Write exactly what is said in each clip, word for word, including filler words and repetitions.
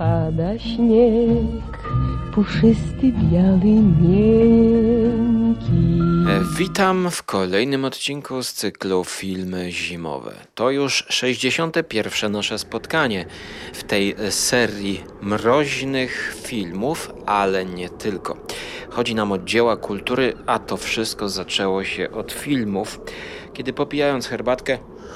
pada śnieg, puszysty, biały, miękki. Witam w kolejnym odcinku z cyklu Filmy Zimowe. To już sześćdziesiąte pierwsze nasze spotkanie w tej serii mroźnych filmów, ale nie tylko. Chodzi nam o dzieła kultury, a to wszystko zaczęło się od filmów, kiedy popijając herbatkę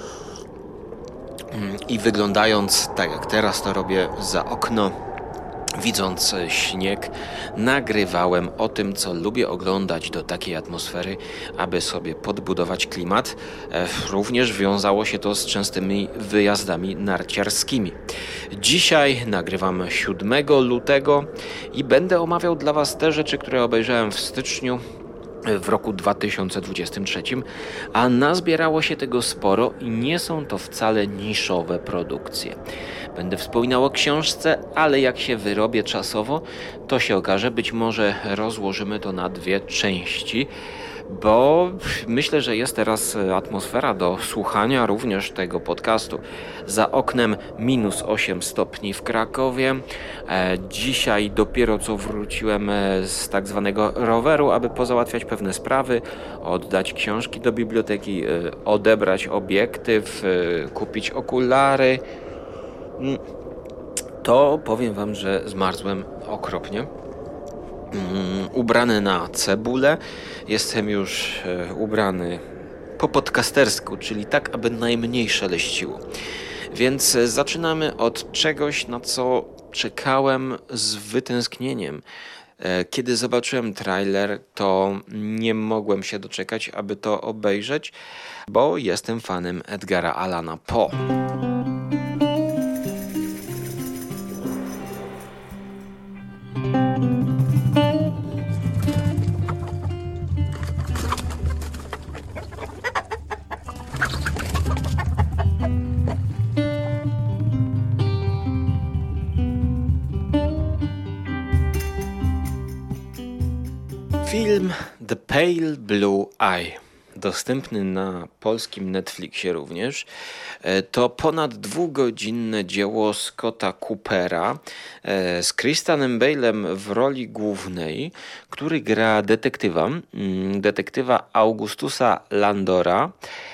i wyglądając tak jak teraz to robię za okno, widząc śnieg, nagrywałem o tym, co lubię oglądać do takiej atmosfery, aby sobie podbudować klimat. Również wiązało się to z częstymi wyjazdami narciarskimi. Dzisiaj nagrywam siódmego lutego i będę omawiał dla Was te rzeczy, które obejrzałem w styczniu w roku dwa tysiące dwudziestym trzecim, a nazbierało się tego sporo i nie są to wcale niszowe produkcje. Będę wspominał o książce, ale jak się wyrobię czasowo, to się okaże, być może rozłożymy to na dwie części, bo myślę, że jest teraz atmosfera do słuchania również tego podcastu. Za oknem minus osiem stopni w Krakowie. E, dzisiaj dopiero co wróciłem z tak zwanego roweru, aby pozałatwiać pewne sprawy, oddać książki do biblioteki, e, odebrać obiektyw, e, kupić okulary. To powiem Wam, że zmarzłem okropnie. Um, ubrany na cebulę. Jestem już e, ubrany po podcastersku, czyli tak, aby najmniej szeleściło. Więc e, zaczynamy od czegoś, na co czekałem z wytęsknieniem. E, kiedy zobaczyłem trailer, to nie mogłem się doczekać, aby to obejrzeć, bo jestem fanem Edgara Allana Poe. Film The Pale Blue Eye, dostępny na polskim Netflixie również, to ponad dwugodzinne dzieło Scotta Coopera z Christianem Bale'em w roli głównej, który gra detektywa, detektywa Augustusa Landora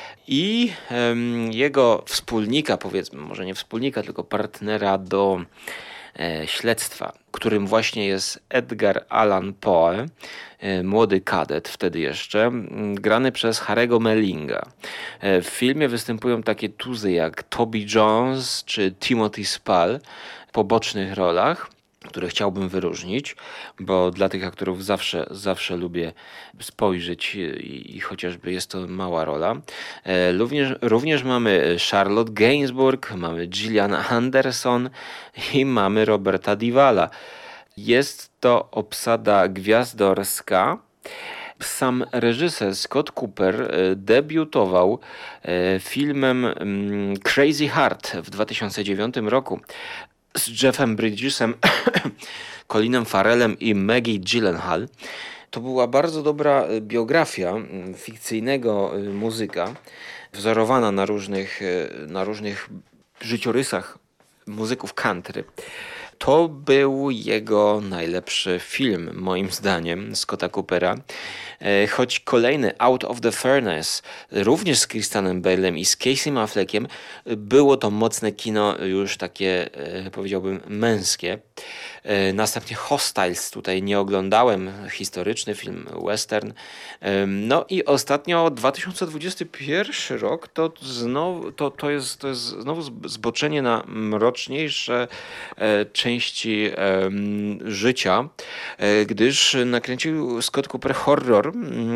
i jego wspólnika, powiedzmy, może nie wspólnika, tylko partnera do śledztwa, którym właśnie jest Edgar Allan Poe, młody kadet wtedy jeszcze, grany przez Harry'ego Mellinga. W filmie występują takie tuzy jak Toby Jones czy Timothy Spall w pobocznych rolach, które chciałbym wyróżnić, bo dla tych aktorów zawsze, zawsze lubię spojrzeć i, i chociażby jest to mała rola. E, również, również mamy Charlotte Gainsbourg, mamy Gillian Anderson i mamy Roberta Duvala. Jest to obsada gwiazdorska. Sam reżyser Scott Cooper debiutował filmem Crazy Heart w dwa tysiące dziewiątym roku z Jeffem Bridgesem, Colinem Farrellem i Maggie Gyllenhaal. To była bardzo dobra biografia fikcyjnego muzyka, wzorowana na różnych, na różnych życiorysach muzyków country. To był jego najlepszy film, moim zdaniem, Scotta Coopera. Choć kolejny Out of the Furnace, również z Christianem Bale'em i z Casey'm Affleckiem, było to mocne kino, już takie, powiedziałbym, męskie. Następnie Hostiles, tutaj nie oglądałem, historyczny film, western. No i ostatnio dwa tysiące dwudziesty pierwszy rok to znowu to, to, jest, to jest znowu zboczenie na mroczniejsze części życia, gdyż nakręcił Scott Cooper horror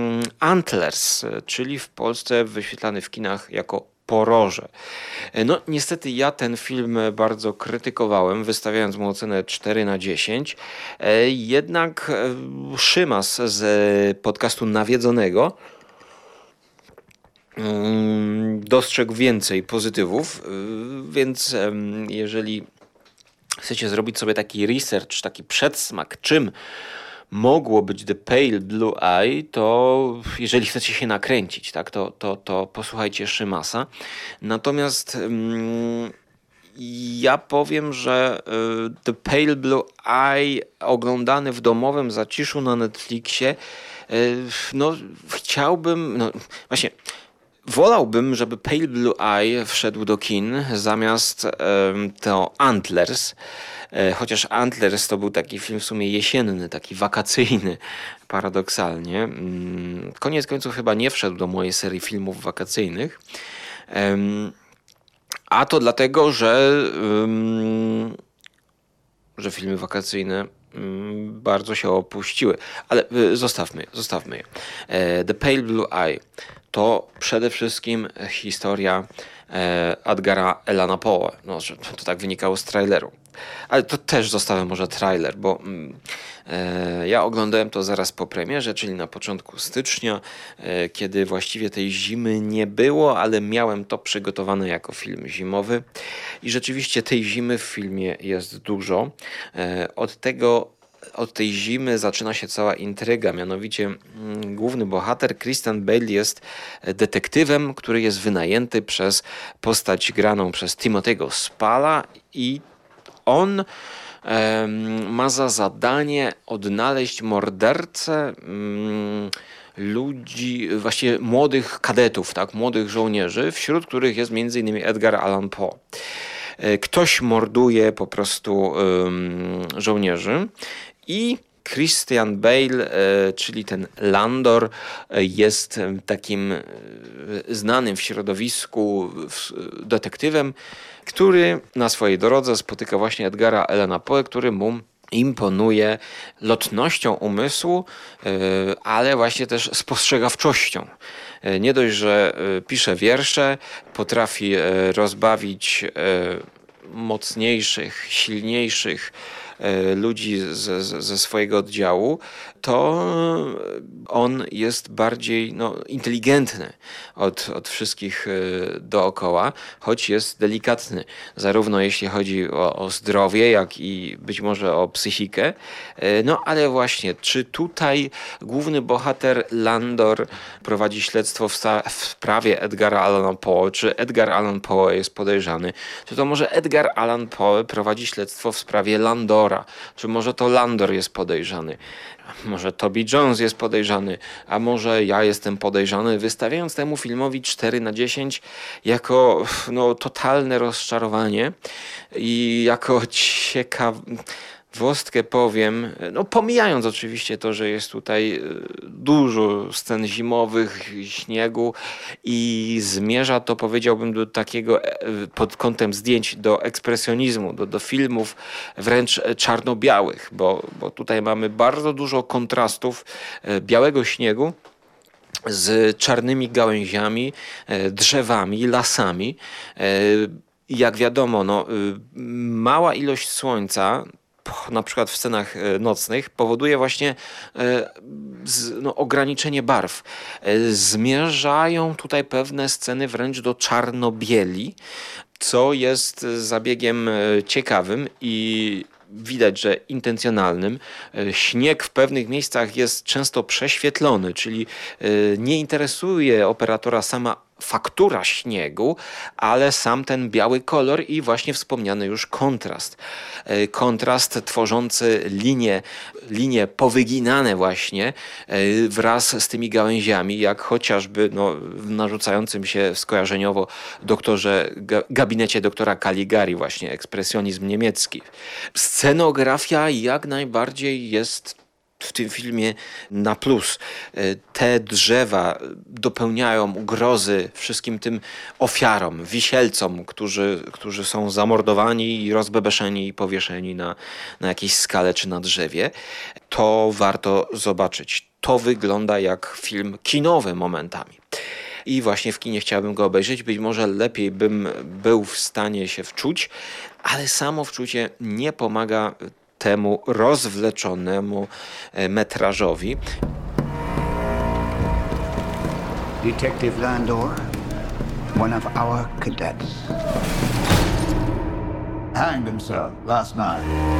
Antlers, czyli w Polsce wyświetlany w kinach jako Poroże. No niestety ja ten film bardzo krytykowałem, wystawiając mu ocenę cztery na dziesięć. Jednak Szymas z podcastu Nawiedzonego dostrzegł więcej pozytywów, więc jeżeli chcecie zrobić sobie taki research, taki przedsmak, czym mogło być The Pale Blue Eye, to jeżeli chcecie się nakręcić, tak, to, to, to posłuchajcie Szymasa. Natomiast um, ja powiem, że The Pale Blue Eye oglądany w domowym zaciszu na Netflixie, no chciałbym, no właśnie wolałbym, żeby Pale Blue Eye wszedł do kin zamiast to Antlers. Chociaż Antlers to był taki film w sumie jesienny, taki wakacyjny, paradoksalnie. Koniec końców chyba nie wszedł do mojej serii filmów wakacyjnych. A to dlatego, że, że filmy wakacyjne bardzo się opuściły. Ale zostawmy, zostawmy je. The Pale Blue Eye to przede wszystkim historia Edgara Allana Poe. No, to tak wynikało z traileru. Ale to też zostawiam może trailer, bo e, ja oglądałem to zaraz po premierze, czyli na początku stycznia, e, kiedy właściwie tej zimy nie było, ale miałem to przygotowane jako film zimowy i rzeczywiście tej zimy w filmie jest dużo. E, od tego Od tej zimy zaczyna się cała intryga, mianowicie mm, główny bohater Christian Bale jest detektywem, który jest wynajęty przez postać graną przez Timothy'ego Spalla i on em, ma za zadanie odnaleźć mordercę em, ludzi, właściwie młodych kadetów, tak, młodych żołnierzy, wśród których jest między innymi Edgar Allan Poe. Ktoś morduje po prostu um, żołnierzy i Christian Bale, czyli ten Landor, jest takim znanym w środowisku detektywem, który na swojej drodze spotyka właśnie Edgara Allana Poe, który mu imponuje lotnością umysłu, ale właśnie też spostrzegawczością. Nie dość, że pisze wiersze, potrafi rozbawić mocniejszych, silniejszych ludzi ze, ze swojego oddziału, to on jest bardziej no, inteligentny od, od wszystkich dookoła, choć jest delikatny, zarówno jeśli chodzi o, o zdrowie, jak i być może o psychikę. No ale właśnie, czy tutaj główny bohater Landor prowadzi śledztwo w, sta- w sprawie Edgara Allana Poe, czy Edgar Allan Poe jest podejrzany, czy to może Edgar Allan Poe prowadzi śledztwo w sprawie Landora, czy może to Landor jest podejrzany. Może Toby Jones jest podejrzany, a może ja jestem podejrzany, wystawiając temu filmowi cztery na dziesięć jako no, totalne rozczarowanie i jako ciekawostkę powiem, no pomijając oczywiście to, że jest tutaj dużo scen zimowych, śniegu i zmierza to, powiedziałbym, do takiego pod kątem zdjęć do ekspresjonizmu, do, do filmów wręcz czarno-białych, bo, bo tutaj mamy bardzo dużo kontrastów białego śniegu z czarnymi gałęziami, drzewami, lasami. Jak wiadomo, no, mała ilość słońca, na przykład w scenach nocnych, powoduje właśnie no, ograniczenie barw. Zmierzają tutaj pewne sceny wręcz do czarno-bieli, co jest zabiegiem ciekawym i widać, że intencjonalnym. Śnieg w pewnych miejscach jest często prześwietlony, czyli nie interesuje operatora sama faktura śniegu, ale sam ten biały kolor i właśnie wspomniany już kontrast. Kontrast tworzący linie, linie powyginane właśnie wraz z tymi gałęziami, jak chociażby no, w narzucającym się skojarzeniowo doktorze, gabinecie doktora Caligari, właśnie ekspresjonizm niemiecki. Scenografia jak najbardziej jest w tym filmie na plus. Te drzewa dopełniają grozy wszystkim tym ofiarom, wisielcom, którzy, którzy są zamordowani i rozbebeszeni i powieszeni na, na jakiejś skale czy na drzewie. To warto zobaczyć. To wygląda jak film kinowy momentami. I właśnie w kinie chciałbym go obejrzeć. Być może lepiej bym był w stanie się wczuć, ale samo wczucie nie pomaga temu rozwleczonemu metrażowi. Detective Landor, one of our cadets, hanged himself last night.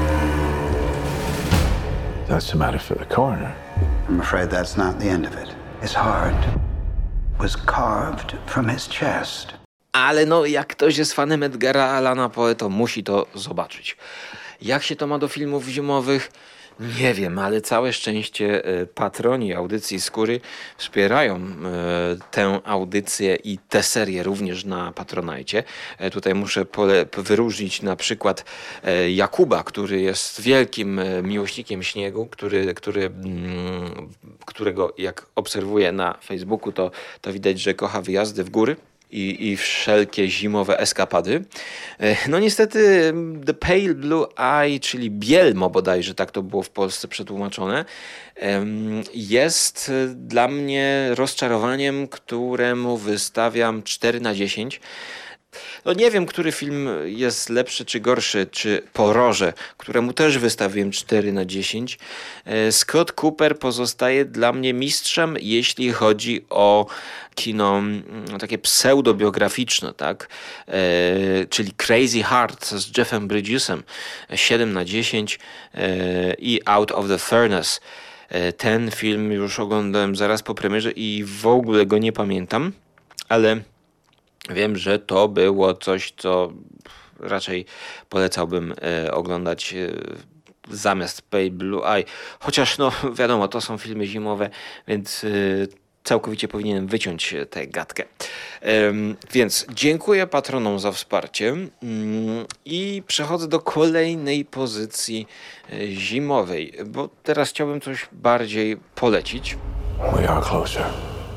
That's the matter for the coroner. I'm afraid that's not the end of it. His heart was carved from his chest. ale no jak ktoś jest fanem Edgara Allana Poe, to musi to zobaczyć. Jak się to ma do filmów zimowych? Nie wiem, ale całe szczęście patroni audycji Skóry wspierają tę audycję i tę serię również na Patronajcie. Tutaj muszę pole- wyróżnić na przykład Jakuba, który jest wielkim miłośnikiem śniegu, który, który, którego jak obserwuję na Facebooku, to, to widać, że kocha wyjazdy w góry. I, i wszelkie zimowe eskapady. No niestety The Pale Blue Eye, czyli Bielmo bodajże, tak to było w Polsce przetłumaczone, jest dla mnie rozczarowaniem, któremu wystawiam cztery na dziesięć. No nie wiem, który film jest lepszy czy gorszy, czy Poroże, któremu też wystawiłem cztery na dziesięć. Scott Cooper pozostaje dla mnie mistrzem, jeśli chodzi o kino no, takie pseudobiograficzne, tak? E, czyli Crazy Heart z Jeffem Bridgesem, siedem na dziesięć e, i Out of the Furnace. E, ten film już oglądałem zaraz po premierze i w ogóle go nie pamiętam, ale wiem, że to było coś, co raczej polecałbym e, oglądać e, zamiast Pale Blue Eye. Chociaż no wiadomo, to są filmy zimowe, więc e, całkowicie powinienem wyciąć tę gadkę. E, więc dziękuję patronom za wsparcie mm, i przechodzę do kolejnej pozycji e, zimowej, bo teraz chciałbym coś bardziej polecić. We are closer.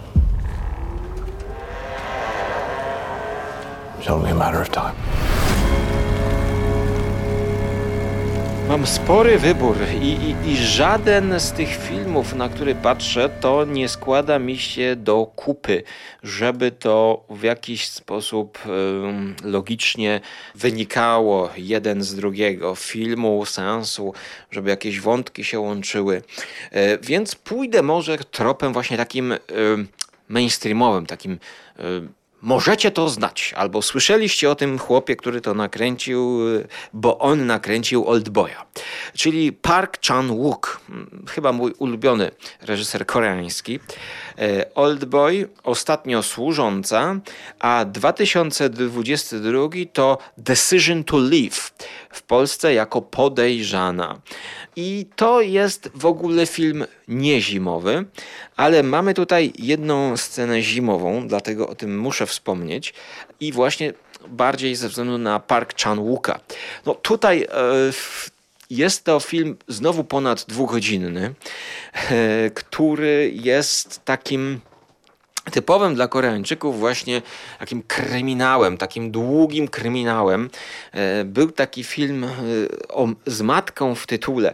It's only a matter of time. Mam spory wybór i, i, i żaden z tych filmów, na który patrzę, to nie składa mi się do kupy, żeby to w jakiś sposób um, logicznie wynikało jeden z drugiego, filmu, seansu, żeby jakieś wątki się łączyły. E, więc pójdę może tropem właśnie takim e, mainstreamowym, takim e, możecie to znać, albo słyszeliście o tym chłopie, który to nakręcił, bo on nakręcił Oldboya. Czyli Park Chan-wook, chyba mój ulubiony reżyser koreański. Oldboy, ostatnio Służąca, a dwa tysiące dwudziesty drugi to Decision to Live, w Polsce jako Podejrzana. I to jest w ogóle film niezimowy, ale mamy tutaj jedną scenę zimową, dlatego o tym muszę wspomnieć i właśnie bardziej ze względu na Park Chan-wooka. No tutaj e, jest to film znowu ponad dwugodzinny, e, który jest takim typowym dla Koreańczyków właśnie takim kryminałem, takim długim kryminałem. Był taki film o, z matką w tytule.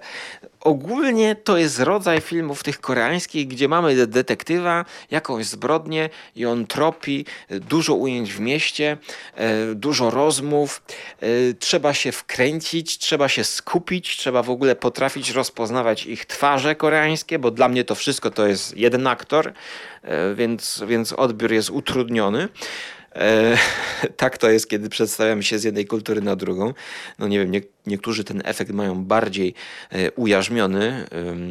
Ogólnie to jest rodzaj filmów tych koreańskich, gdzie mamy detektywa, jakąś zbrodnię i on tropi, dużo ujęć w mieście, dużo rozmów, trzeba się wkręcić, trzeba się skupić, trzeba w ogóle potrafić rozpoznawać ich twarze koreańskie, bo dla mnie to wszystko to jest jeden aktor, więc, więc odbiór jest utrudniony. E, tak to jest, kiedy przedstawiamy się z jednej kultury na drugą. No nie wiem, nie, niektórzy ten efekt mają bardziej e, ujarzmiony. E,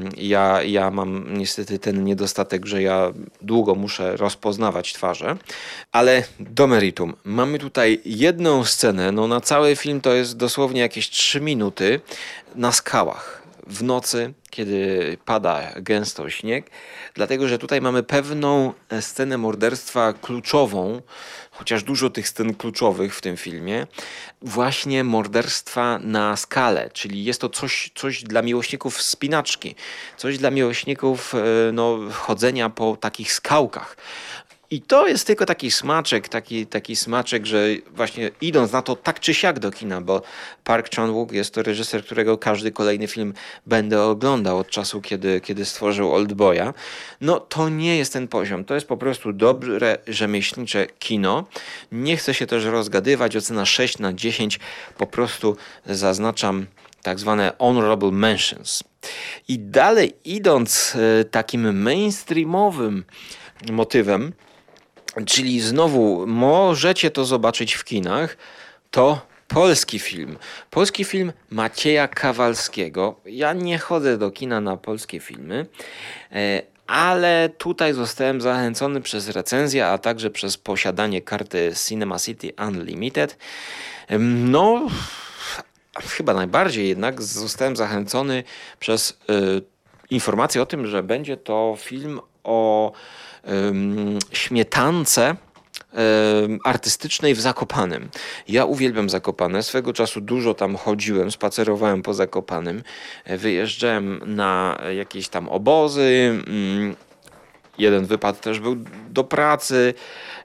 ja, ja mam niestety ten niedostatek, że ja długo muszę rozpoznawać twarze. Ale do meritum. Mamy tutaj jedną scenę, no na cały film to jest dosłownie jakieś trzy minuty na skałach. W nocy, kiedy pada gęsto śnieg, dlatego że tutaj mamy pewną scenę morderstwa kluczową, chociaż dużo tych scen kluczowych w tym filmie, właśnie morderstwa na skale, czyli jest to coś, coś dla miłośników wspinaczki, coś dla miłośników no, chodzenia po takich skałkach. I to jest tylko taki smaczek, taki, taki smaczek, że właśnie idąc na to tak czy siak do kina, bo Park Chan-wook jest to reżyser, którego każdy kolejny film będę oglądał od czasu, kiedy, kiedy stworzył Oldboya. No to nie jest ten poziom, to jest po prostu dobre, rzemieślnicze kino. Nie chcę się też rozgadywać, ocena sześć na dziesięć, po prostu zaznaczam tak zwane honorable mentions. I dalej idąc takim mainstreamowym motywem, czyli znowu możecie to zobaczyć w kinach, to polski film. Polski film Macieja Kawalskiego. Ja nie chodzę do kina na polskie filmy, ale tutaj zostałem zachęcony przez recenzję, a także przez posiadanie karty Cinema City Unlimited. No, chyba najbardziej jednak zostałem zachęcony przez y, informację o tym, że będzie to film o y, śmietance artystycznej w Zakopanem. Ja uwielbiam Zakopane. Swego czasu dużo tam chodziłem, spacerowałem po Zakopanem. Wyjeżdżałem na jakieś tam obozy. Jeden wypad też był do pracy.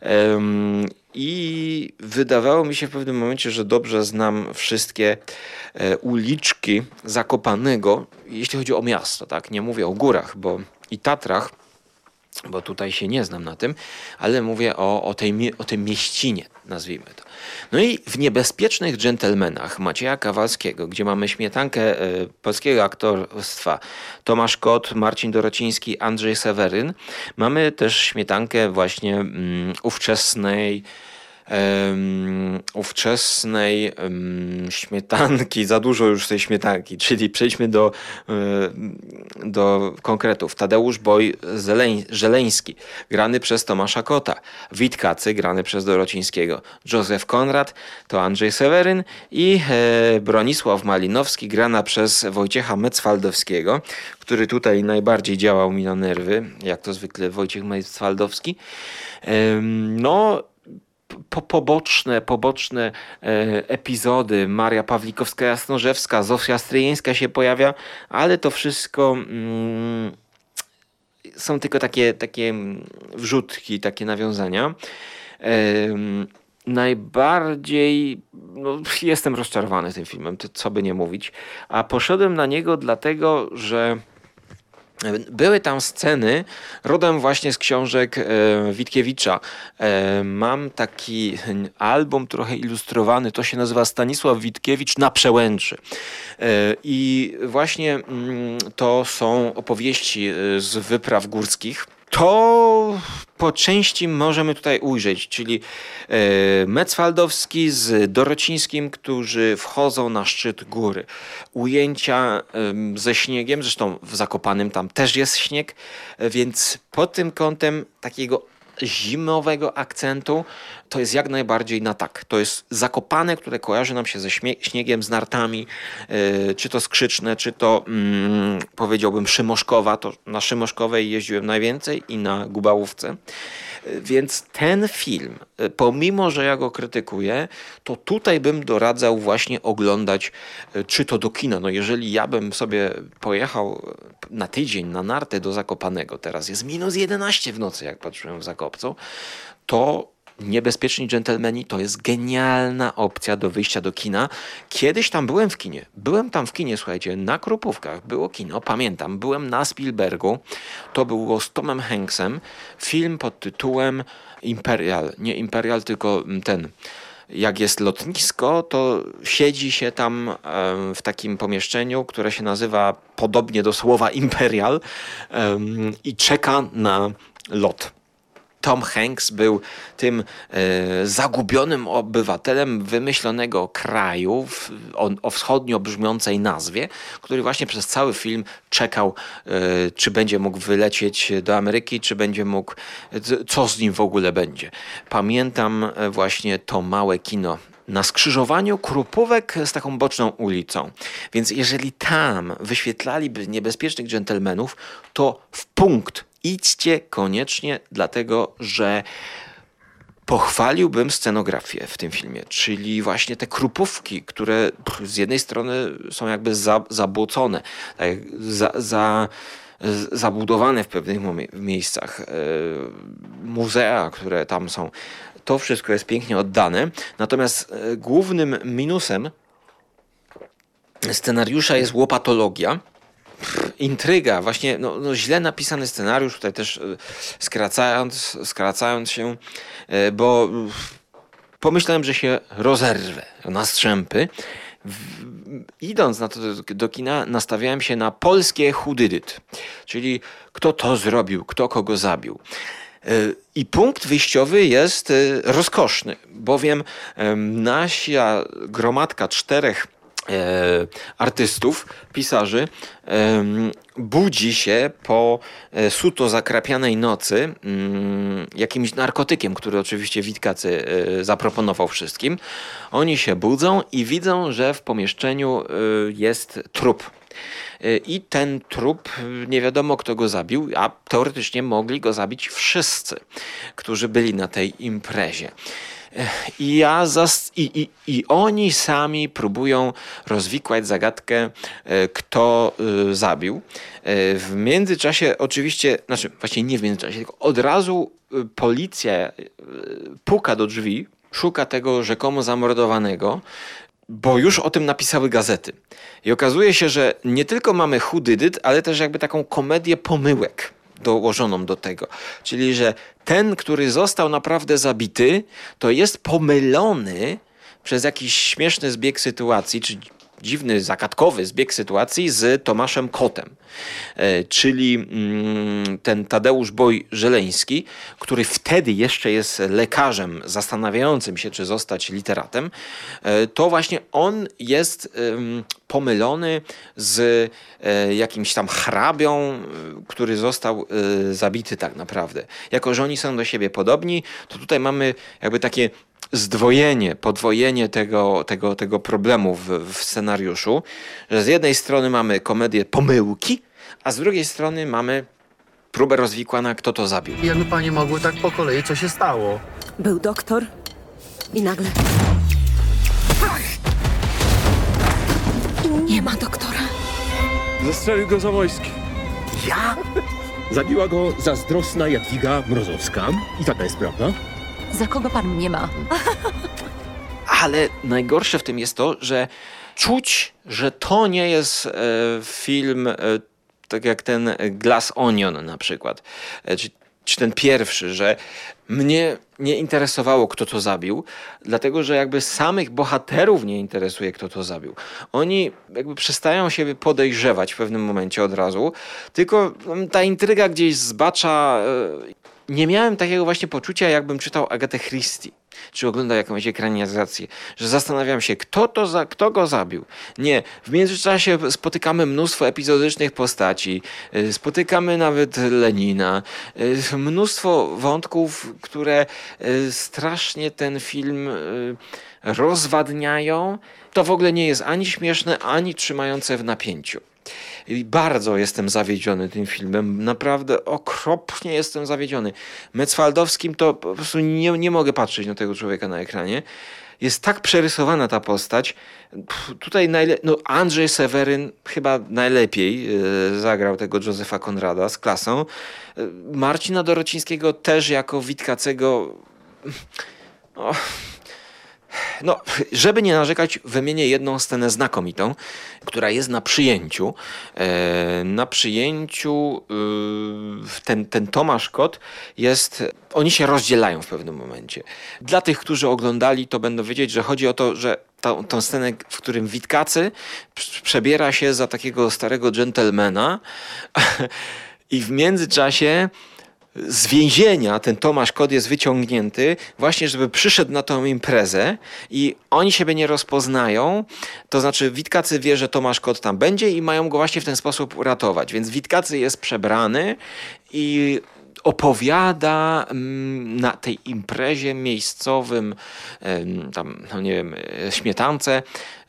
I wydawało mi się w pewnym momencie, że dobrze znam wszystkie uliczki Zakopanego, jeśli chodzi o miasto. Tak? Nie mówię o górach, bo i Tatrach, bo tutaj się nie znam na tym, ale mówię o, o, tej, o tej mieścinie, nazwijmy to. No i w Niebezpiecznych Dżentelmenach Macieja Kawalskiego, gdzie mamy śmietankę y, polskiego aktorstwa Tomasz Kot, Marcin Dorociński, Andrzej Seweryn, mamy też śmietankę właśnie um, ówczesnej Um, ówczesnej um, śmietanki, za dużo już tej śmietanki, czyli przejdźmy do, um, do konkretów. Tadeusz Boj Zeleń, Żeleński, grany przez Tomasza Kota. Witkacy, grany przez Dorocińskiego. Józef Konrad to Andrzej Seweryn i e, Bronisław Malinowski, grana przez Wojciecha Mecwaldowskiego, który tutaj najbardziej działał mi na nerwy, jak to zwykle Wojciech Mecwaldowski. Um, no Po, poboczne, poboczne e, epizody. Maria Pawlikowska-Jasnorzewska, Zofia Stryjeńska się pojawia, ale to wszystko mm, są tylko takie, takie wrzutki, takie nawiązania. E, najbardziej no, jestem rozczarowany tym filmem, to co by nie mówić. A poszedłem na niego dlatego, że były tam sceny rodem właśnie z książek e, Witkiewicza. E, mam taki album trochę ilustrowany, to się nazywa Stanisław Witkiewicz na przełęczy. E, I właśnie mm, to są opowieści z wypraw górskich. To po części możemy tutaj ujrzeć, czyli e, Mecwaldowski z Dorocińskim, którzy wchodzą na szczyt góry. Ujęcia e, ze śniegiem, zresztą w Zakopanem tam też jest śnieg, e, więc pod tym kątem takiego zimowego akcentu to jest jak najbardziej na tak. To jest Zakopane, które kojarzy nam się ze śniegiem, z nartami, yy, czy to Skrzyczne, czy to yy, powiedziałbym Szymoszkowa. To na Szymoszkowej jeździłem najwięcej i na Gubałówce. Yy, więc ten film, yy, pomimo że ja go krytykuję, to tutaj bym doradzał właśnie oglądać, yy, czy to do kina. No jeżeli ja bym sobie pojechał na tydzień na nartę do Zakopanego, teraz jest minus jedenaście w nocy, jak patrzyłem w Zakopcu, to Niebezpieczni Dżentelmeni to jest genialna opcja do wyjścia do kina. Kiedyś tam byłem w kinie. Byłem tam w kinie, słuchajcie, na Krupówkach było kino, pamiętam. Byłem na Spielbergu. To było z Tomem Hanksem. Film pod tytułem Imperial. Nie Imperial, tylko ten. Jak jest lotnisko, to siedzi się tam w takim pomieszczeniu, które się nazywa podobnie do słowa Imperial i czeka na lot. Tom Hanks był tym e, zagubionym obywatelem wymyślonego kraju w, o, o wschodnio brzmiącej nazwie, który właśnie przez cały film czekał, e, czy będzie mógł wylecieć do Ameryki, czy będzie mógł, co z nim w ogóle będzie. Pamiętam właśnie to małe kino na skrzyżowaniu Krupówek z taką boczną ulicą. Więc jeżeli tam wyświetlaliby Niebezpiecznych Dżentelmenów, to w punkt idźcie koniecznie, dlatego że pochwaliłbym scenografię w tym filmie, czyli właśnie te krupówki, które z jednej strony są jakby za, zabłocone, tak, za, za, zabudowane w pewnych miejscach, muzea, które tam są. To wszystko jest pięknie oddane. Natomiast głównym minusem scenariusza jest łopatologia. Intryga, właśnie no, no źle napisany scenariusz, tutaj też skracając, skracając się, bo pomyślałem, że się rozerwę na strzępy. Idąc na to do, do kina, nastawiałem się na polskie whodidit, czyli kto to zrobił, kto kogo zabił. I punkt wyjściowy jest rozkoszny, bowiem nasza gromadka czterech E, artystów, pisarzy, e, budzi się po e, suto zakrapianej nocy mm, jakimś narkotykiem, który oczywiście Witkacy e, zaproponował wszystkim. Oni się budzą i widzą, że w pomieszczeniu e, jest trup. E, I ten trup, nie wiadomo kto go zabił, a teoretycznie mogli go zabić wszyscy, którzy byli na tej imprezie. I, ja zas- i, i, I oni sami próbują rozwikłać zagadkę, kto y, zabił. W międzyczasie oczywiście, znaczy właśnie nie w międzyczasie, tylko od razu policja y, puka do drzwi, szuka tego rzekomo zamordowanego, bo już o tym napisały gazety. I okazuje się, że nie tylko mamy who did it, ale też jakby taką komedię pomyłek dołożoną do tego. Czyli, że ten, który został naprawdę zabity, to jest pomylony przez jakiś śmieszny zbieg sytuacji, czy dziwny, zagadkowy zbieg sytuacji z Tomaszem Kotem. E, czyli mm, ten Tadeusz Boj-Żeleński, który wtedy jeszcze jest lekarzem zastanawiającym się, czy zostać literatem, e, to właśnie on jest e, pomylony z e, jakimś tam hrabią, który został e, zabity tak naprawdę. Jako że oni są do siebie podobni, to tutaj mamy jakby takie zdwojenie, podwojenie tego, tego, tego problemu w, w scenariuszu, że z jednej strony mamy komedię pomyłki, a z drugiej strony mamy próbę rozwikłania, kto to zabił. Jakby panie mogły tak po kolei, co się stało? Był doktor i nagle... Nie ma doktora. Zastrzelił go Zamojski. Ja? Zabiła go zazdrosna Jadwiga Mrozowska. I taka jest prawda. Za kogo pan mnie ma? Ale najgorsze w tym jest to, że czuć, że to nie jest e, film e, tak jak ten Glass Onion na przykład, e, czy, czy ten pierwszy, że mnie nie interesowało, kto to zabił, dlatego, że jakby samych bohaterów nie interesuje, kto to zabił. Oni jakby przestają się podejrzewać w pewnym momencie od razu, tylko ta intryga gdzieś zbacza. E, Nie miałem takiego właśnie poczucia, jakbym czytał Agatę Christie, czy oglądał jakąś ekranizację, że zastanawiam się, kto, to za, kto go zabił. Nie, w międzyczasie spotykamy mnóstwo epizodycznych postaci, spotykamy nawet Lenina, mnóstwo wątków, które strasznie ten film rozwadniają. To w ogóle nie jest ani śmieszne, ani trzymające w napięciu. I bardzo jestem zawiedziony tym filmem. Naprawdę okropnie jestem zawiedziony. Metzwaldowskim to po prostu nie, nie mogę patrzeć na tego człowieka na ekranie. Jest tak przerysowana ta postać. Pff, tutaj najle- no Andrzej Seweryn chyba najlepiej yy, zagrał tego Józefa Konrada z klasą. Yy, Marcina Dorocińskiego też jako Witkacego... Oh. No, żeby nie narzekać, wymienię jedną scenę znakomitą, która jest na przyjęciu. E, na przyjęciu y, ten, ten Tomasz Kot jest... Oni się rozdzielają w pewnym momencie. Dla tych, którzy oglądali, to będą wiedzieć, że chodzi o to, że tą, tą scenę, w którym Witkacy przebiera się za takiego starego dżentelmena i w międzyczasie z więzienia ten Tomasz Kot jest wyciągnięty właśnie, żeby przyszedł na tą imprezę i oni siebie nie rozpoznają, to znaczy Witkacy wie, że Tomasz Kot tam będzie i mają go właśnie w ten sposób uratować, więc Witkacy jest przebrany i opowiada na tej imprezie miejscowym tam, no nie wiem, śmietance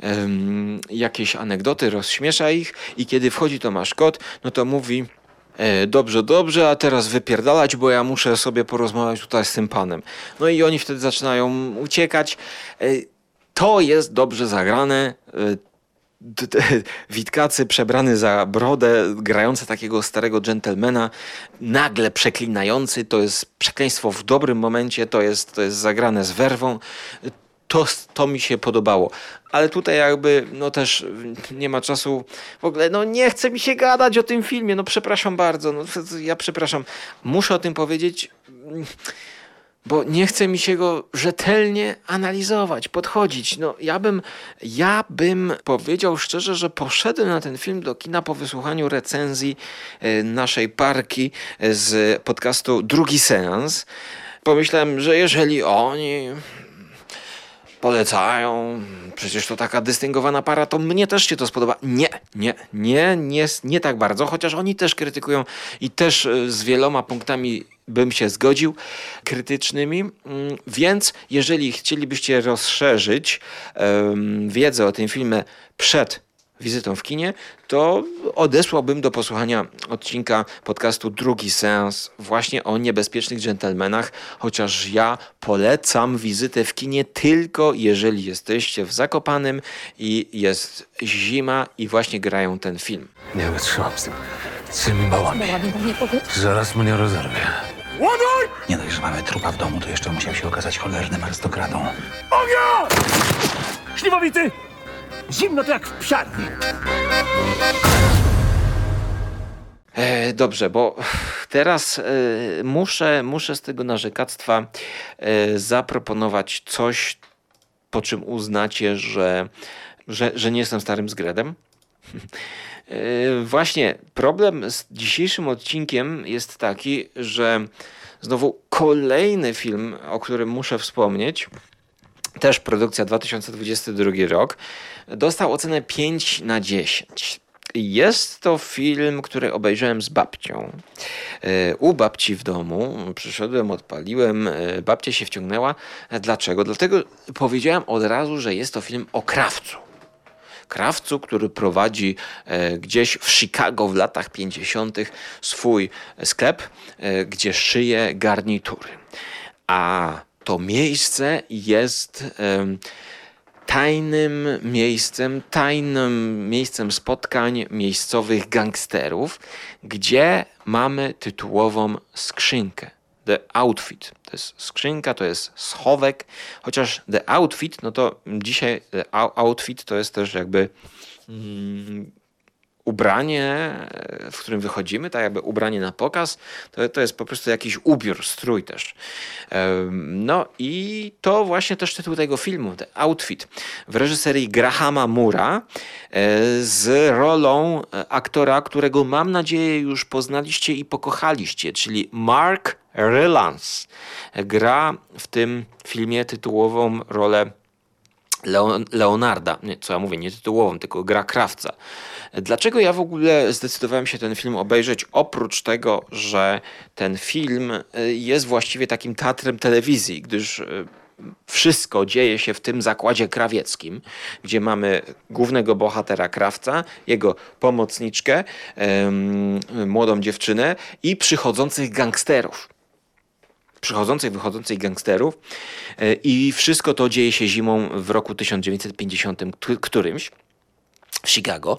jakieś anegdoty, rozśmiesza ich i kiedy wchodzi Tomasz Kot, no to mówi: dobrze, dobrze, a teraz wypierdalać, bo ja muszę sobie porozmawiać tutaj z tym panem. No i oni wtedy zaczynają uciekać. To jest dobrze zagrane. Witkacy przebrany za brodę, grający takiego starego dżentelmena, nagle przeklinający, to jest przekleństwo w dobrym momencie, to jest, to jest zagrane z werwą. To, to mi się podobało. Ale tutaj jakby, no też nie ma czasu, w ogóle, no nie chce mi się gadać o tym filmie, no przepraszam bardzo, no ja przepraszam, muszę o tym powiedzieć, bo nie chce mi się go rzetelnie analizować, podchodzić. No ja bym, ja bym powiedział szczerze, że poszedłem na ten film do kina po wysłuchaniu recenzji naszej parki z podcastu Drugi Seans. Pomyślałem, że jeżeli oni... polecają, przecież to taka dystyngowana para, to mnie też się to spodoba. Nie, nie, nie, nie, nie tak bardzo, chociaż oni też krytykują i też z wieloma punktami bym się zgodził, krytycznymi, więc jeżeli chcielibyście rozszerzyć um, wiedzę o tym filmie przed wizytą w kinie, to odesłałbym do posłuchania odcinka podcastu Drugi Seans właśnie o niebezpiecznych dżentelmenach, chociaż ja polecam wizytę w kinie tylko jeżeli jesteście w Zakopanem i jest zima i właśnie grają ten film. Nie wytrzymam z tym cymbałami. Zaraz mnie rozerwie. Nie dość, że mamy trupa w domu, to jeszcze musiał się okazać cholernym arystokratą. Śliwowicy! Zimno to jak w psiarni. E, dobrze, bo teraz e, muszę, muszę z tego narzekactwa e, zaproponować coś, po czym uznacie, że, że, że nie jestem starym zgredem. e, właśnie problem z dzisiejszym odcinkiem jest taki, że znowu kolejny film, o którym muszę wspomnieć, też produkcja dwa tysiące dwudziesty drugi rok, dostał ocenę pięć na dziesięć. Jest to film, który obejrzałem z babcią. U babci w domu. Przyszedłem, odpaliłem, babcia się wciągnęła. Dlaczego? Dlatego powiedziałem od razu, że jest to film o krawcu. Krawcu, który prowadzi gdzieś w Chicago w latach pięćdziesiątych swój sklep, gdzie szyje garnitury. A to miejsce jest um, tajnym miejscem, tajnym miejscem spotkań miejscowych gangsterów, gdzie mamy tytułową skrzynkę. The Outfit. To jest skrzynka, to jest schowek, chociaż The Outfit, no to dzisiaj The Outfit to jest też jakby mm, ubranie, w którym wychodzimy, tak jakby ubranie na pokaz, to, to jest po prostu jakiś ubiór, strój też. No i to właśnie też tytuł tego filmu, The Outfit, w reżyserii Grahama Moore'a z rolą aktora, którego mam nadzieję już poznaliście i pokochaliście, czyli Mark Rylance. Gra w tym filmie tytułową rolę Leon, Leonarda, nie, co ja mówię, nie tytułową, tylko gra krawca. Dlaczego ja w ogóle zdecydowałem się ten film obejrzeć? Oprócz tego, że ten film jest właściwie takim teatrem telewizji, gdyż wszystko dzieje się w tym zakładzie krawieckim, gdzie mamy głównego bohatera krawca, jego pomocniczkę, um, młodą dziewczynę i przychodzących gangsterów. Przychodzących, wychodzących gangsterów i wszystko to dzieje się zimą w roku tysiąc dziewięćset pięćdziesiątym którymś w Chicago.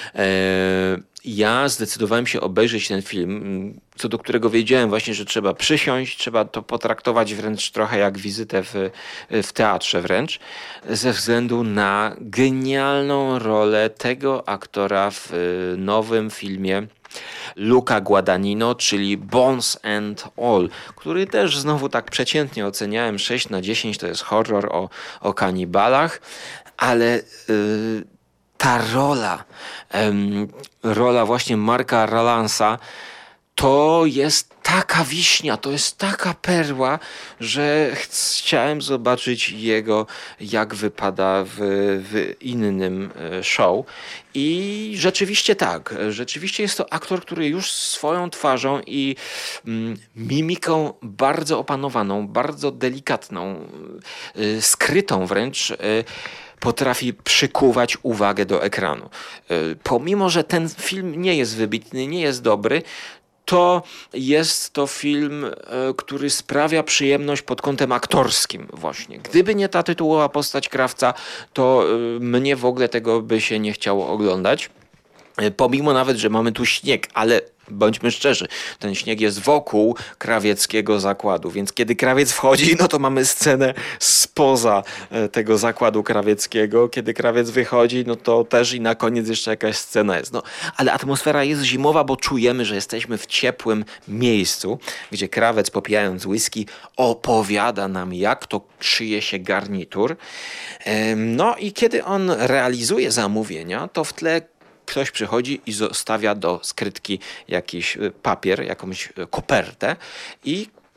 Ja zdecydowałem się obejrzeć ten film, co do którego wiedziałem właśnie, że trzeba przysiąść, trzeba to potraktować wręcz trochę jak wizytę w, w teatrze wręcz, ze względu na genialną rolę tego aktora w nowym filmie Luca Guadagnino, czyli Bones and All, który też znowu tak przeciętnie oceniałem, sześć na dziesięć, to jest horror o, o kanibalach, ale yy, ta rola, yy, rola właśnie Marka Rylance'a, to jest taka wiśnia, to jest taka perła, że chciałem zobaczyć jego, jak wypada w, w innym show. I rzeczywiście tak, rzeczywiście jest to aktor, który już swoją twarzą i mm, mimiką bardzo opanowaną, bardzo delikatną, y, skrytą wręcz, y, potrafi przykuwać uwagę do ekranu. Y, pomimo, że ten film nie jest wybitny, nie jest dobry, to jest to film, który sprawia przyjemność pod kątem aktorskim właśnie. Gdyby nie ta tytułowa postać krawca, to mnie w ogóle tego by się nie chciało oglądać. Pomimo nawet, że mamy tu śnieg, ale bądźmy szczerzy, ten śnieg jest wokół krawieckiego zakładu, więc kiedy krawiec wchodzi, no to mamy scenę spoza tego zakładu krawieckiego. Kiedy krawiec wychodzi, no to też i na koniec jeszcze jakaś scena jest. No, ale atmosfera jest zimowa, bo czujemy, że jesteśmy w ciepłym miejscu, gdzie krawiec, popijając whisky, opowiada nam, jak to szyje się garnitur. No i kiedy on realizuje zamówienia, to w tle ktoś przychodzi i zostawia do skrytki jakiś papier, jakąś kopertę i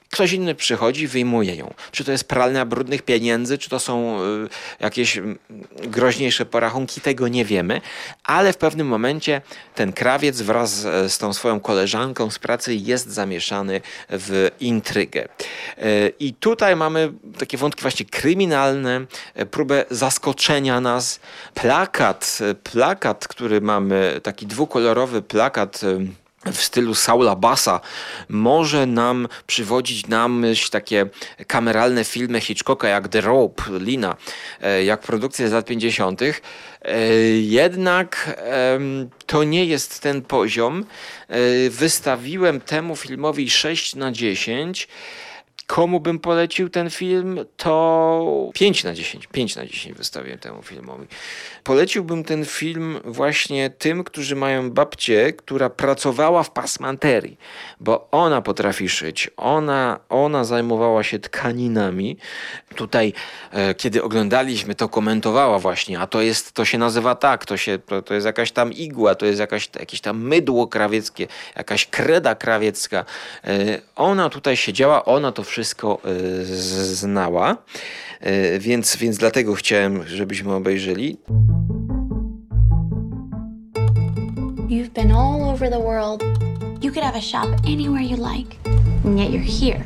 Ktoś inny przychodzi, wyjmuje ją. Czy to jest pralnia brudnych pieniędzy, czy to są y, jakieś y, groźniejsze porachunki, tego nie wiemy, ale w pewnym momencie ten krawiec wraz z, z tą swoją koleżanką z pracy jest zamieszany w intrygę. Y, I tutaj mamy takie wątki właśnie kryminalne, y, próbę zaskoczenia nas. Plakat, y, plakat, który mamy, taki dwukolorowy plakat, y, w stylu Saula Bassa, może nam przywodzić na myśl takie kameralne filmy Hitchcocka jak The Rope, Lina, jak produkcje z lat pięćdziesiątych. Jednak to nie jest ten poziom. Wystawiłem temu filmowi sześć na dziesięć. Komu bym polecił ten film, to pięć na dziesięć. pięć na dziesięć wystawiłem temu filmowi. Poleciłbym ten film właśnie tym, którzy mają babcię, która pracowała w pasmanterii, bo ona potrafi szyć. Ona, ona zajmowała się tkaninami. Tutaj, e, kiedy oglądaliśmy, to komentowała właśnie, a to jest, to się nazywa tak, to, się, to, to jest jakaś tam igła, to jest jakaś, jakieś tam mydło krawieckie, jakaś kreda krawiecka. E, ona tutaj siedziała, ona to wszystko wszystko y, znała, y, więc, więc dlatego chciałem, żebyśmy obejrzeli. You've been all over the world. You could have a shop anywhere you like, and yet you're here.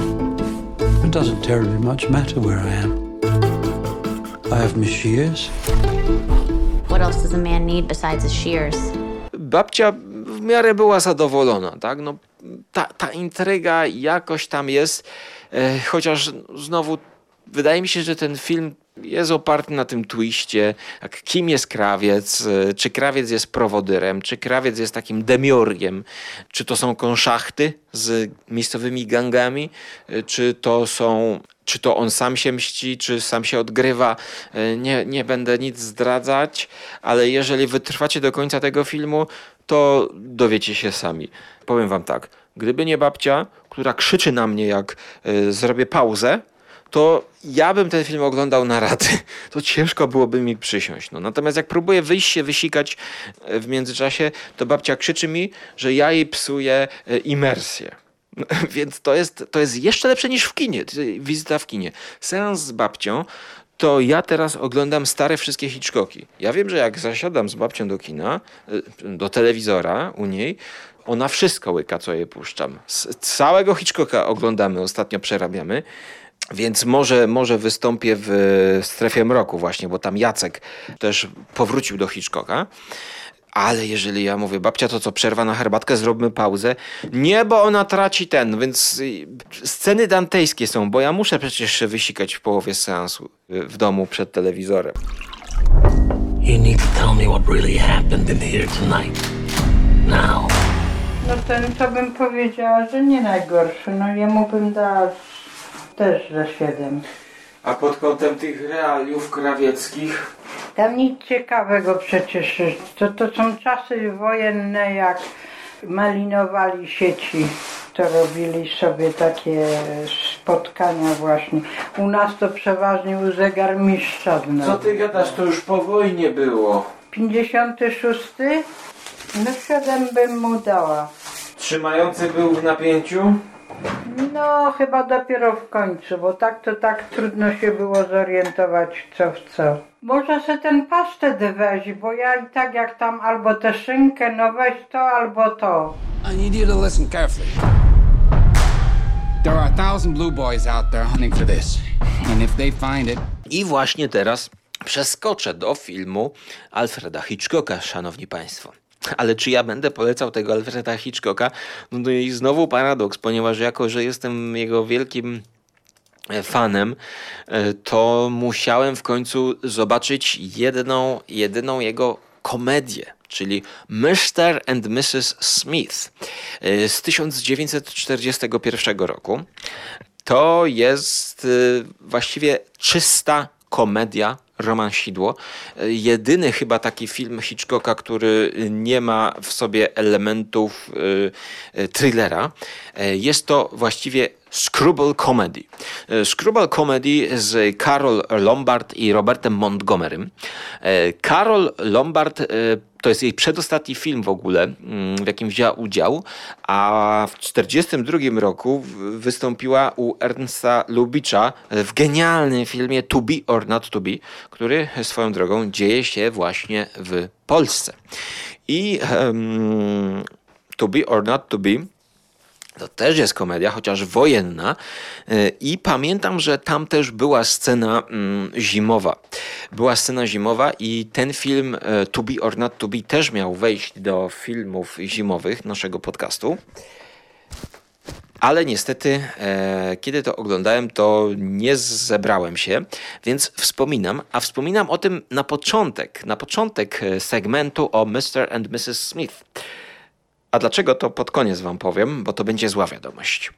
It doesn't terribly much matter where I am. I have my shears. What else does a man need besides his shears? Babcia w miarę była zadowolona, tak? No, ta, ta intryga jakoś tam jest, e, chociaż znowu wydaje mi się, że ten film jest oparty na tym twiście, jak kim jest krawiec, e, czy krawiec jest prowodyrem, czy krawiec jest takim demiurgiem, czy to są konszachty z miejscowymi gangami, e, czy to są... Czy to on sam się mści, czy sam się odgrywa, nie, nie będę nic zdradzać, ale jeżeli wytrwacie do końca tego filmu, to dowiecie się sami. Powiem wam tak, gdyby nie babcia, która krzyczy na mnie, jak y, zrobię pauzę, to ja bym ten film oglądał na raty. To ciężko byłoby mi przysiąść. No, natomiast jak próbuję wyjść się, wysikać w międzyczasie, to babcia krzyczy mi, że ja jej psuję y, imersję. Więc to jest, to jest jeszcze lepsze niż w kinie, wizyta w kinie. Seans z babcią, to ja teraz oglądam stare wszystkie Hitchcocki. Ja wiem, że jak zasiadam z babcią do kina, do telewizora u niej, ona wszystko łyka, co jej puszczam. Z całego Hitchcocka oglądamy, ostatnio przerabiamy. Więc może, może wystąpię w Strefie Mroku właśnie, bo tam Jacek też powrócił do Hitchcocka. Ale jeżeli ja mówię, babcia, to co, przerwa na herbatkę, zróbmy pauzę. Nie, bo ona traci ten, więc sceny dantejskie są, bo ja muszę przecież się wysikać w połowie seansu w domu przed telewizorem. You need to tell me what really happened in here tonight. Now. No ten, to bym powiedziała, że nie najgorszy. No jemu bym dała też za siedem. A pod kątem tych realiów krawieckich? Tam nic ciekawego przecież. To, to są czasy wojenne, jak malinowali sieci. To robili sobie takie spotkania właśnie. U nas to przeważnie u zegarmistrza. Co ty gadasz, to już po wojnie było. pięćdziesiąty szósty? No siedem bym mu dała. Trzymający był w napięciu? No chyba dopiero w końcu, bo tak to tak trudno się było zorientować co w co. Może se ten pasztet weź, bo ja i tak jak tam albo tę szynkę, no weź to albo to. I need you to listen carefully. There are a thousand blue boys out there hunting for this. And if they find it... I właśnie teraz przeskoczę do filmu Alfreda Hitchcocka, szanowni państwo. Ale czy ja będę polecał tego Alfreda Hitchcocka? No to i znowu paradoks, ponieważ jako, że jestem jego wielkim fanem, to musiałem w końcu zobaczyć jedną, jedyną jego komedię, czyli mister and missus Smith z tysiąc dziewięćset czterdziestego pierwszego roku. To jest właściwie czysta komedia, romansidło. Jedyny chyba taki film Hitchcocka, który nie ma w sobie elementów y, thrillera. Jest to właściwie Screwball Comedy. Screwball Comedy z Carol Lombard i Robertem Montgomerym. Carol Lombard to jest jej przedostatni film w ogóle, w jakim wzięła udział, a w czterdziestym drugim roku wystąpiła u Ernsta Lubitcha w genialnym filmie To Be or Not To Be, który swoją drogą dzieje się właśnie w Polsce. I um, To Be or Not To Be to też jest komedia, chociaż wojenna, i pamiętam, że tam też była scena mm, zimowa. Była scena zimowa i ten film To Be or Not To Be też miał wejść do filmów zimowych naszego podcastu. Ale niestety, e, kiedy to oglądałem, to nie zebrałem się, więc wspominam, a wspominam o tym na początek, na początek segmentu o mister and missus Smith. A dlaczego, to pod koniec wam powiem, bo to będzie zła wiadomość.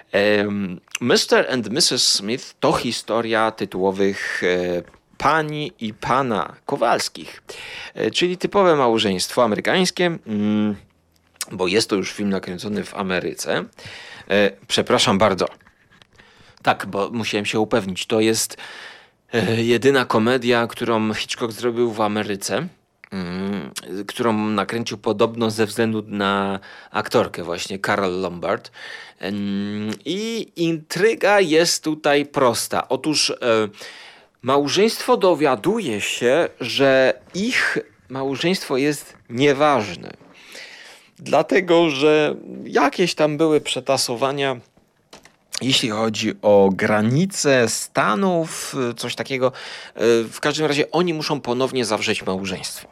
mister and missus Smith to historia tytułowych e, pani i pana Kowalskich, e, czyli typowe małżeństwo amerykańskie, mm, bo jest to już film nakręcony w Ameryce. E, przepraszam bardzo. Tak, bo musiałem się upewnić, to jest e, jedyna komedia, którą Hitchcock zrobił w Ameryce. Mm, którą nakręcił podobno ze względu na aktorkę właśnie, Carol Lombard. Mm, I intryga jest tutaj prosta. Otóż e, małżeństwo dowiaduje się, że ich małżeństwo jest nieważne. Dlatego, że jakieś tam były przetasowania, jeśli chodzi o granice Stanów, coś takiego. W każdym razie oni muszą ponownie zawrzeć małżeństwo.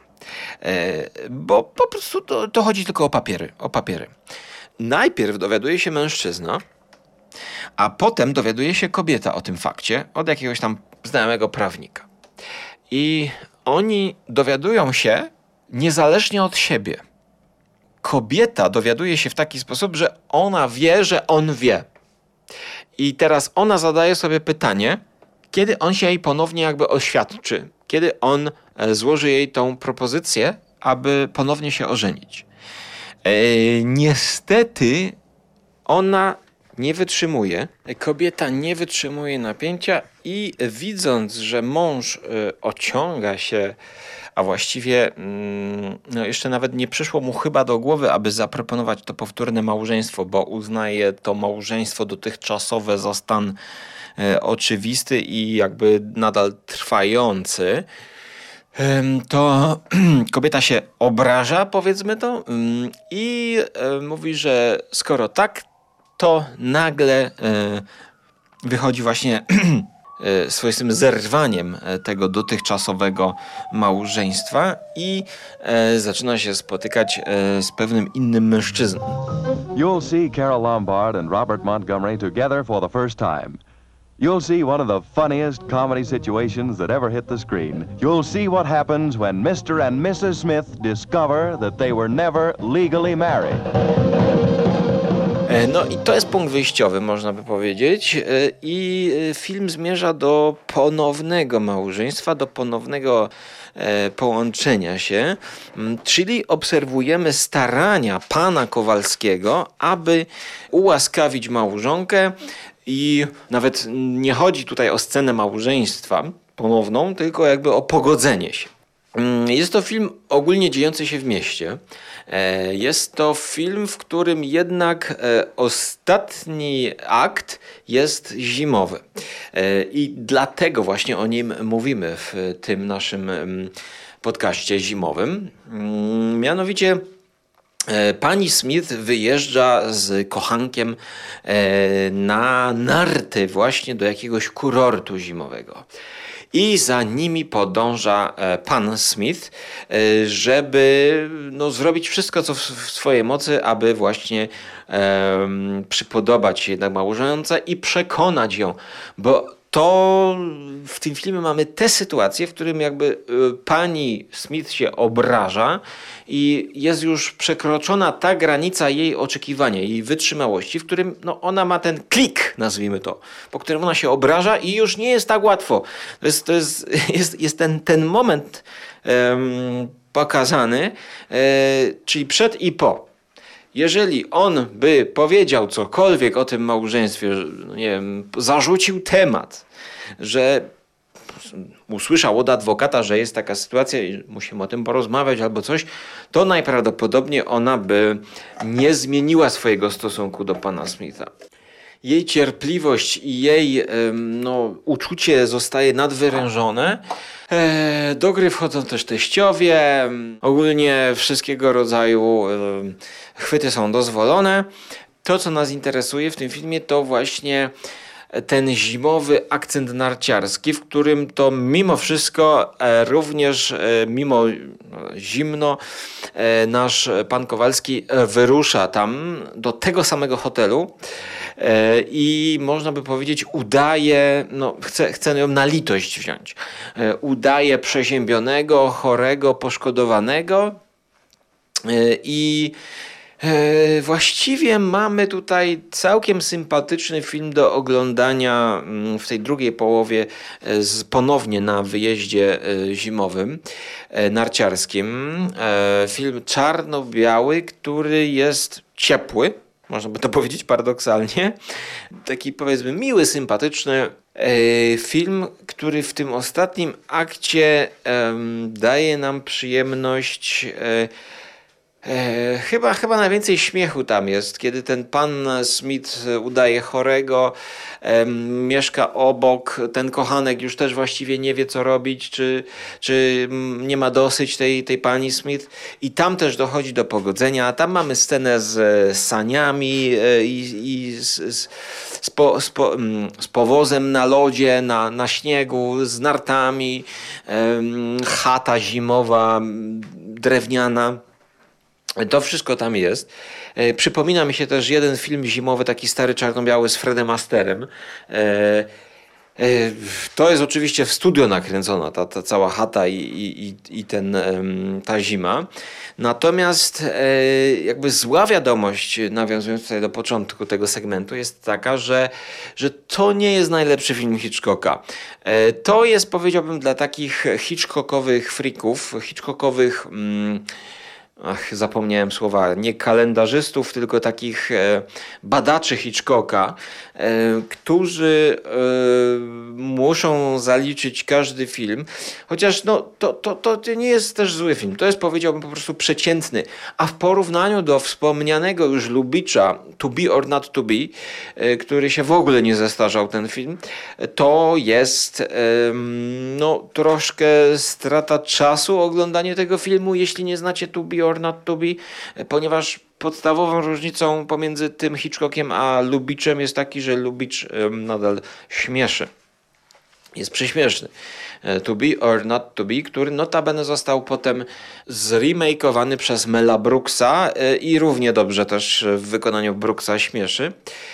Bo po prostu to, to chodzi tylko o papiery, o papiery. Najpierw dowiaduje się mężczyzna, a potem dowiaduje się kobieta o tym fakcie od jakiegoś tam znajomego prawnika. I oni dowiadują się niezależnie od siebie. Kobieta dowiaduje się w taki sposób, że ona wie, że on wie. I teraz ona zadaje sobie pytanie, kiedy on się jej ponownie jakby oświadczy, kiedy on złoży jej tą propozycję, aby ponownie się ożenić. E, niestety ona nie wytrzymuje, kobieta nie wytrzymuje napięcia i widząc, że mąż y, ociąga się, a właściwie mm, no jeszcze nawet nie przyszło mu chyba do głowy, aby zaproponować to powtórne małżeństwo, bo uznaje to małżeństwo dotychczasowe za stan y, oczywisty i jakby nadal trwający, y, to kobieta się obraża, powiedzmy to, y, i y, mówi, że skoro tak, to nagle y, wychodzi właśnie swoistym zerwaniem tego dotychczasowego małżeństwa i e, zaczyna się spotykać e, z pewnym innym mężczyzną. You'll see Carol Lombard and Robert Montgomery together for the first time. You'll see one of the funniest comedy situations that ever hit the screen. You'll see what happens when mister and missus Smith discover that they were never legally married. No i to jest punkt wyjściowy, można by powiedzieć, i film zmierza do ponownego małżeństwa, do ponownego połączenia się, czyli obserwujemy starania pana Kowalskiego, aby ułaskawić małżonkę i nawet nie chodzi tutaj o scenę małżeństwa ponowną, tylko jakby o pogodzenie się. Jest to film ogólnie dziejący się w mieście. Jest to film, w którym jednak ostatni akt jest zimowy. I dlatego właśnie o nim mówimy w tym naszym podcaście zimowym. Mianowicie pani Smith wyjeżdża z kochankiem na narty właśnie do jakiegoś kurortu zimowego. I za nimi podąża pan Smith, żeby no, zrobić wszystko, co w swojej mocy, aby właśnie e, przypodobać się jednak małżonce i przekonać ją, bo to w tym filmie mamy tę sytuację, w którym jakby pani Smith się obraża i jest już przekroczona ta granica jej oczekiwania, jej wytrzymałości, w którym no, ona ma ten klik, nazwijmy to, po którym ona się obraża i już nie jest tak łatwo. To jest, to jest, jest, jest ten, ten moment um, pokazany, e, czyli przed i po. jeżeli on by powiedział cokolwiek o tym małżeństwie, że, no nie wiem, zarzucił temat, że usłyszał od adwokata, że jest taka sytuacja i musimy o tym porozmawiać albo coś, to najprawdopodobniej ona by nie zmieniła swojego stosunku do pana Smitha. Jej cierpliwość i jej no, uczucie zostaje nadwyrężone. E, do gry wchodzą też teściowie. Ogólnie wszystkiego rodzaju e, chwyty są dozwolone. To, co nas interesuje w tym filmie, to właśnie ten zimowy akcent narciarski, w którym to mimo wszystko e, również e, mimo no, zimno e, nasz pan Kowalski e, wyrusza tam do tego samego hotelu e, i można by powiedzieć udaje, no chce, chce ją na litość wziąć, e, udaje przeziębionego, chorego, poszkodowanego e, i E, właściwie mamy tutaj całkiem sympatyczny film do oglądania w tej drugiej połowie e, z, ponownie na wyjeździe e, zimowym, e, narciarskim. E, film czarno-biały, który jest ciepły, można by to powiedzieć paradoksalnie. Taki powiedzmy miły, sympatyczny e, film, który w tym ostatnim akcie e, daje nam przyjemność e, E, chyba, chyba najwięcej śmiechu tam jest, kiedy ten pan Smith udaje chorego, e, mieszka obok, ten kochanek już też właściwie nie wie co robić, czy, czy nie ma dosyć tej, tej pani Smith i tam też dochodzi do pogodzenia, a tam mamy scenę z saniami e, i, i z, z, z, po, z, po, z powozem na lodzie, na, na śniegu, z nartami, e, chata zimowa, drewniana. To wszystko tam jest. E, przypomina mi się też jeden film zimowy, taki stary czarno-biały z Fredem Asterem. E, e, to jest oczywiście w studio nakręcona ta, ta cała chata i, i, i ten, e, ta zima. Natomiast e, jakby zła wiadomość, nawiązując tutaj do początku tego segmentu, jest taka, że, że to nie jest najlepszy film Hitchcocka. E, to jest, powiedziałbym, dla takich Hitchcockowych freaków, Hitchcockowych... Mm, Ach, zapomniałem słowa, nie kalendarzystów, tylko takich e, badaczy Hitchcocka, e, którzy e, muszą zaliczyć każdy film, chociaż no, to, to, to nie jest też zły film, to jest, powiedziałbym, po prostu przeciętny, a w porównaniu do wspomnianego już Lubitcha To Be or Not To Be, e, który się w ogóle nie zestarzał ten film, to jest e, no, troszkę strata czasu oglądanie tego filmu, jeśli nie znacie To Be or Not To Be, ponieważ podstawową różnicą pomiędzy tym Hitchcockiem a Lubitchem jest taki, że Lubitsch nadal śmieszy. Jest prześmieszny. To Be or Not To Be, który notabene został potem zremakeowany przez Mela Brooksa i równie dobrze też w wykonaniu Brooksa śmieszy.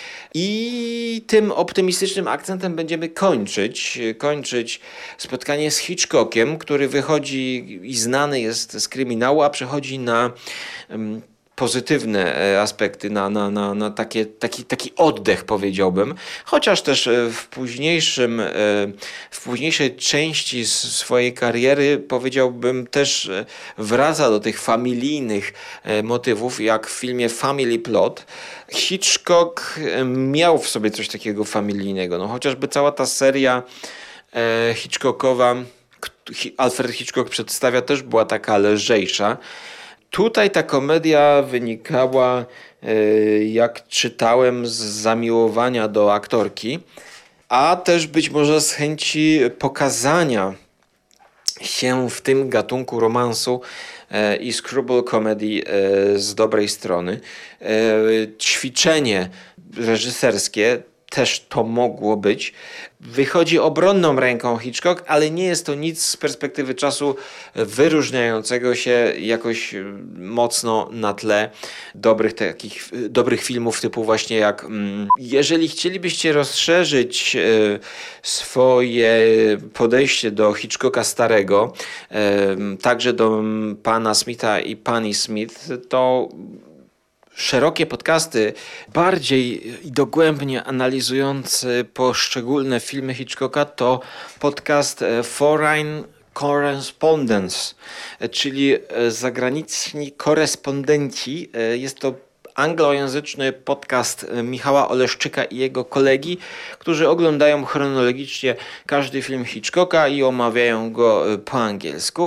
I tym optymistycznym akcentem będziemy kończyć, kończyć spotkanie z Hitchcockiem, który wychodzi i znany jest z kryminału, a przechodzi na um, pozytywne aspekty, na, na, na, na takie, taki, taki oddech, powiedziałbym. Chociaż też w późniejszym, w późniejszej części swojej kariery, powiedziałbym, też wraca do tych familijnych motywów, jak w filmie Family Plot. Hitchcock miał w sobie coś takiego familijnego. No, chociażby cała ta seria Hitchcockowa, Alfred Hitchcock przedstawia, też była taka lżejsza. Tutaj ta komedia wynikała, jak czytałem, z zamiłowania do aktorki, a też być może z chęci pokazania się w tym gatunku romansu i screwball comedy z dobrej strony. Ćwiczenie reżyserskie też to mogło być. Wychodzi obronną ręką Hitchcock, ale nie jest to nic z perspektywy czasu wyróżniającego się jakoś mocno na tle dobrych takich dobrych filmów typu właśnie jak jeżeli chcielibyście rozszerzyć swoje podejście do Hitchcocka starego, także do pana Smitha i pani Smith, to szerokie podcasty, bardziej i dogłębnie analizujące poszczególne filmy Hitchcocka, to podcast Foreign Correspondents, czyli zagraniczni korespondenci. Jest to anglojęzyczny podcast Michała Oleszczyka i jego kolegi, którzy oglądają chronologicznie każdy film Hitchcocka i omawiają go po angielsku.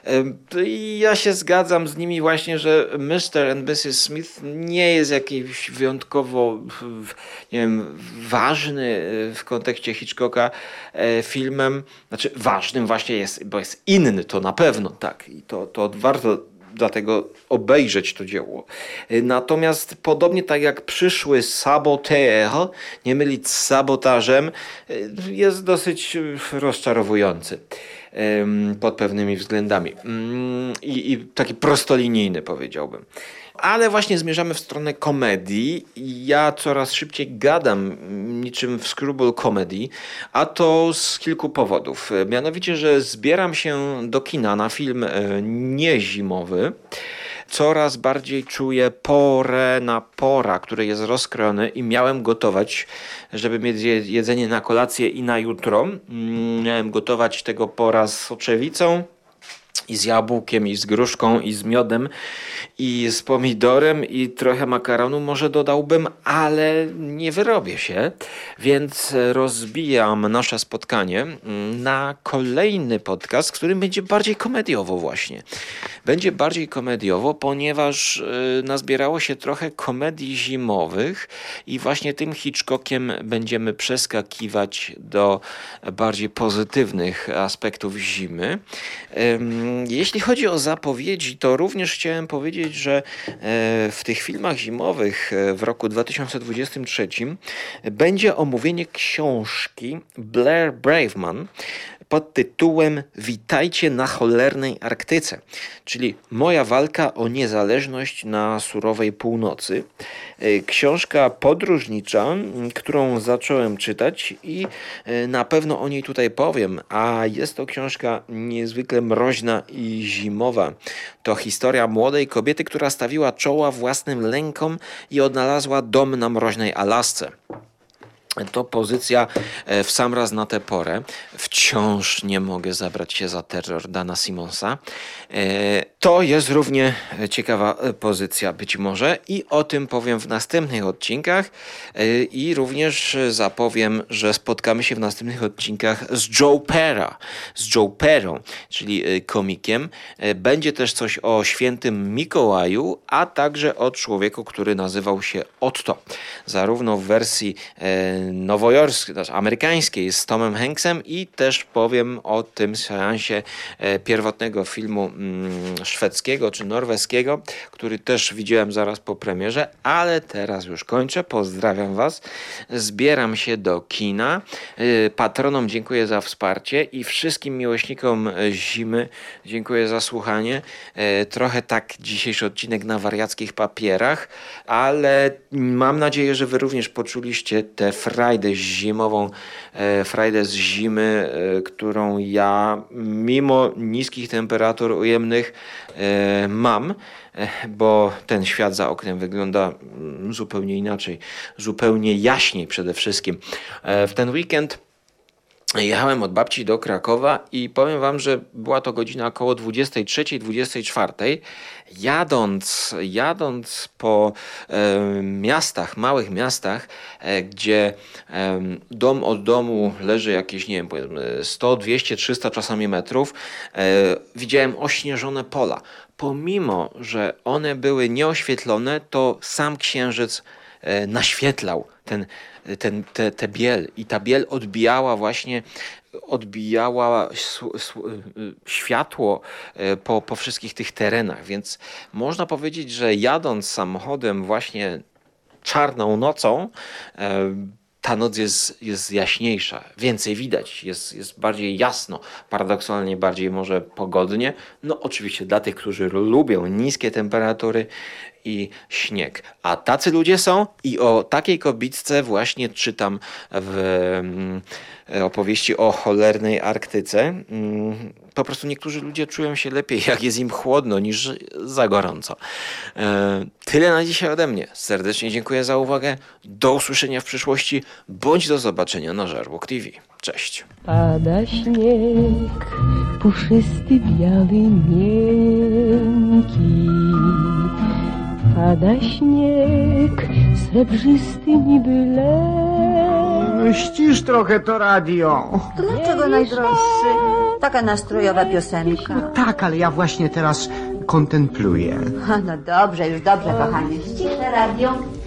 I ja się zgadzam z nimi właśnie, że mister and missus Smith nie jest jakiś wyjątkowo, nie wiem, ważny w kontekście Hitchcocka filmem. Znaczy ważnym właśnie jest, bo jest inny, to na pewno, tak. I to, to warto dlatego obejrzeć to dzieło. Natomiast podobnie tak jak przyszły Saboteur, nie mylić z sabotażem, jest dosyć rozczarowujący pod pewnymi względami. I, i taki prostolinijny, powiedziałbym. Ale właśnie zmierzamy w stronę komedii. Ja coraz szybciej gadam niczym w Screwball Comedy, a to z kilku powodów. Mianowicie, że zbieram się do kina na film niezimowy. Coraz bardziej czuję porę napora, który jest rozkrojony i miałem gotować, żeby mieć jedzenie na kolację i na jutro. Miałem gotować tego pora z soczewicą, i z jabłkiem, i z gruszką, i z miodem, i z pomidorem, i trochę makaronu może dodałbym, ale nie wyrobię się, więc rozbijam nasze spotkanie na kolejny podcast, który będzie bardziej komediowo właśnie. Będzie bardziej komediowo, ponieważ nazbierało się trochę komedii zimowych i właśnie tym Hitchcockiem będziemy przeskakiwać do bardziej pozytywnych aspektów zimy. Jeśli chodzi o zapowiedzi, to również chciałem powiedzieć, że w tych filmach zimowych w roku dwa tysiące dwudziestym trzecim będzie omówienie książki Blair Braveman pod tytułem Witajcie na cholernej Arktyce, czyli moja walka o niezależność na surowej północy. Książka podróżnicza, którą zacząłem czytać i na pewno o niej tutaj powiem, a jest to książka niezwykle mroźna i zimowa. To historia młodej kobiety, która stawiła czoła własnym lękom i odnalazła dom na mroźnej Alasce. To pozycja w sam raz na tę porę. Wciąż nie mogę zabrać się za terror Dana Simonsa. To jest równie ciekawa pozycja być może i o tym powiem w następnych odcinkach i również zapowiem, że spotkamy się w następnych odcinkach z Joe Pera, z Joe Perą, czyli komikiem. Będzie też coś o świętym Mikołaju, a także o człowieku, który nazywał się Otto. Zarówno w wersji nowojorskiej, znaczy amerykańskiej z Tomem Hanksem i też powiem o tym seansie pierwotnego filmu szwedzkiego czy norweskiego, który też widziałem zaraz po premierze, ale teraz już kończę. Pozdrawiam Was. Zbieram się do kina. Patronom dziękuję za wsparcie i wszystkim miłośnikom zimy dziękuję za słuchanie. Trochę tak dzisiejszy odcinek na wariackich papierach, ale mam nadzieję, że Wy również poczuliście tę frajdę zimową, frajdę z zimy, którą ja mimo niskich temperatur ujemnych mam, bo ten świat za oknem wygląda zupełnie inaczej, zupełnie jaśniej przede wszystkim. W ten weekend jechałem od babci do Krakowa i powiem Wam, że była to godzina około dwudziestej trzeciej, dwudziestej czwartej. Jadąc, jadąc po e, miastach, małych miastach, e, gdzie e, dom od domu leży jakieś, nie wiem, powiedzmy sto, dwieście, trzysta czasami metrów, e, widziałem ośnieżone pola. Pomimo, że one były nieoświetlone, to sam księżyc e, naświetlał ten Ten, te, te biel i ta biel odbijała właśnie odbijała światło po, po wszystkich tych terenach, więc można powiedzieć, że jadąc samochodem właśnie czarną nocą, ta noc jest, jest jaśniejsza, więcej widać, jest, jest bardziej jasno, paradoksalnie bardziej może pogodnie. No oczywiście dla tych, którzy lubią niskie temperatury i śnieg. A tacy ludzie są i o takiej kobitce właśnie czytam w opowieści o cholernej Arktyce. Po prostu niektórzy ludzie czują się lepiej, jak jest im chłodno, niż za gorąco. Tyle na dzisiaj ode mnie. Serdecznie dziękuję za uwagę. Do usłyszenia w przyszłości, bądź do zobaczenia na Żarłok T V. Cześć. Pada śnieg, puszysty, biały, miękki. pada śnieg, srebrzysty niby lew. Ścisz trochę to radio. Dlaczego najdroższy? Taka nastrojowa piosenka. No tak, ale ja właśnie teraz kontempluję. Ha, no dobrze, już dobrze, kochanie. Ściszę radio.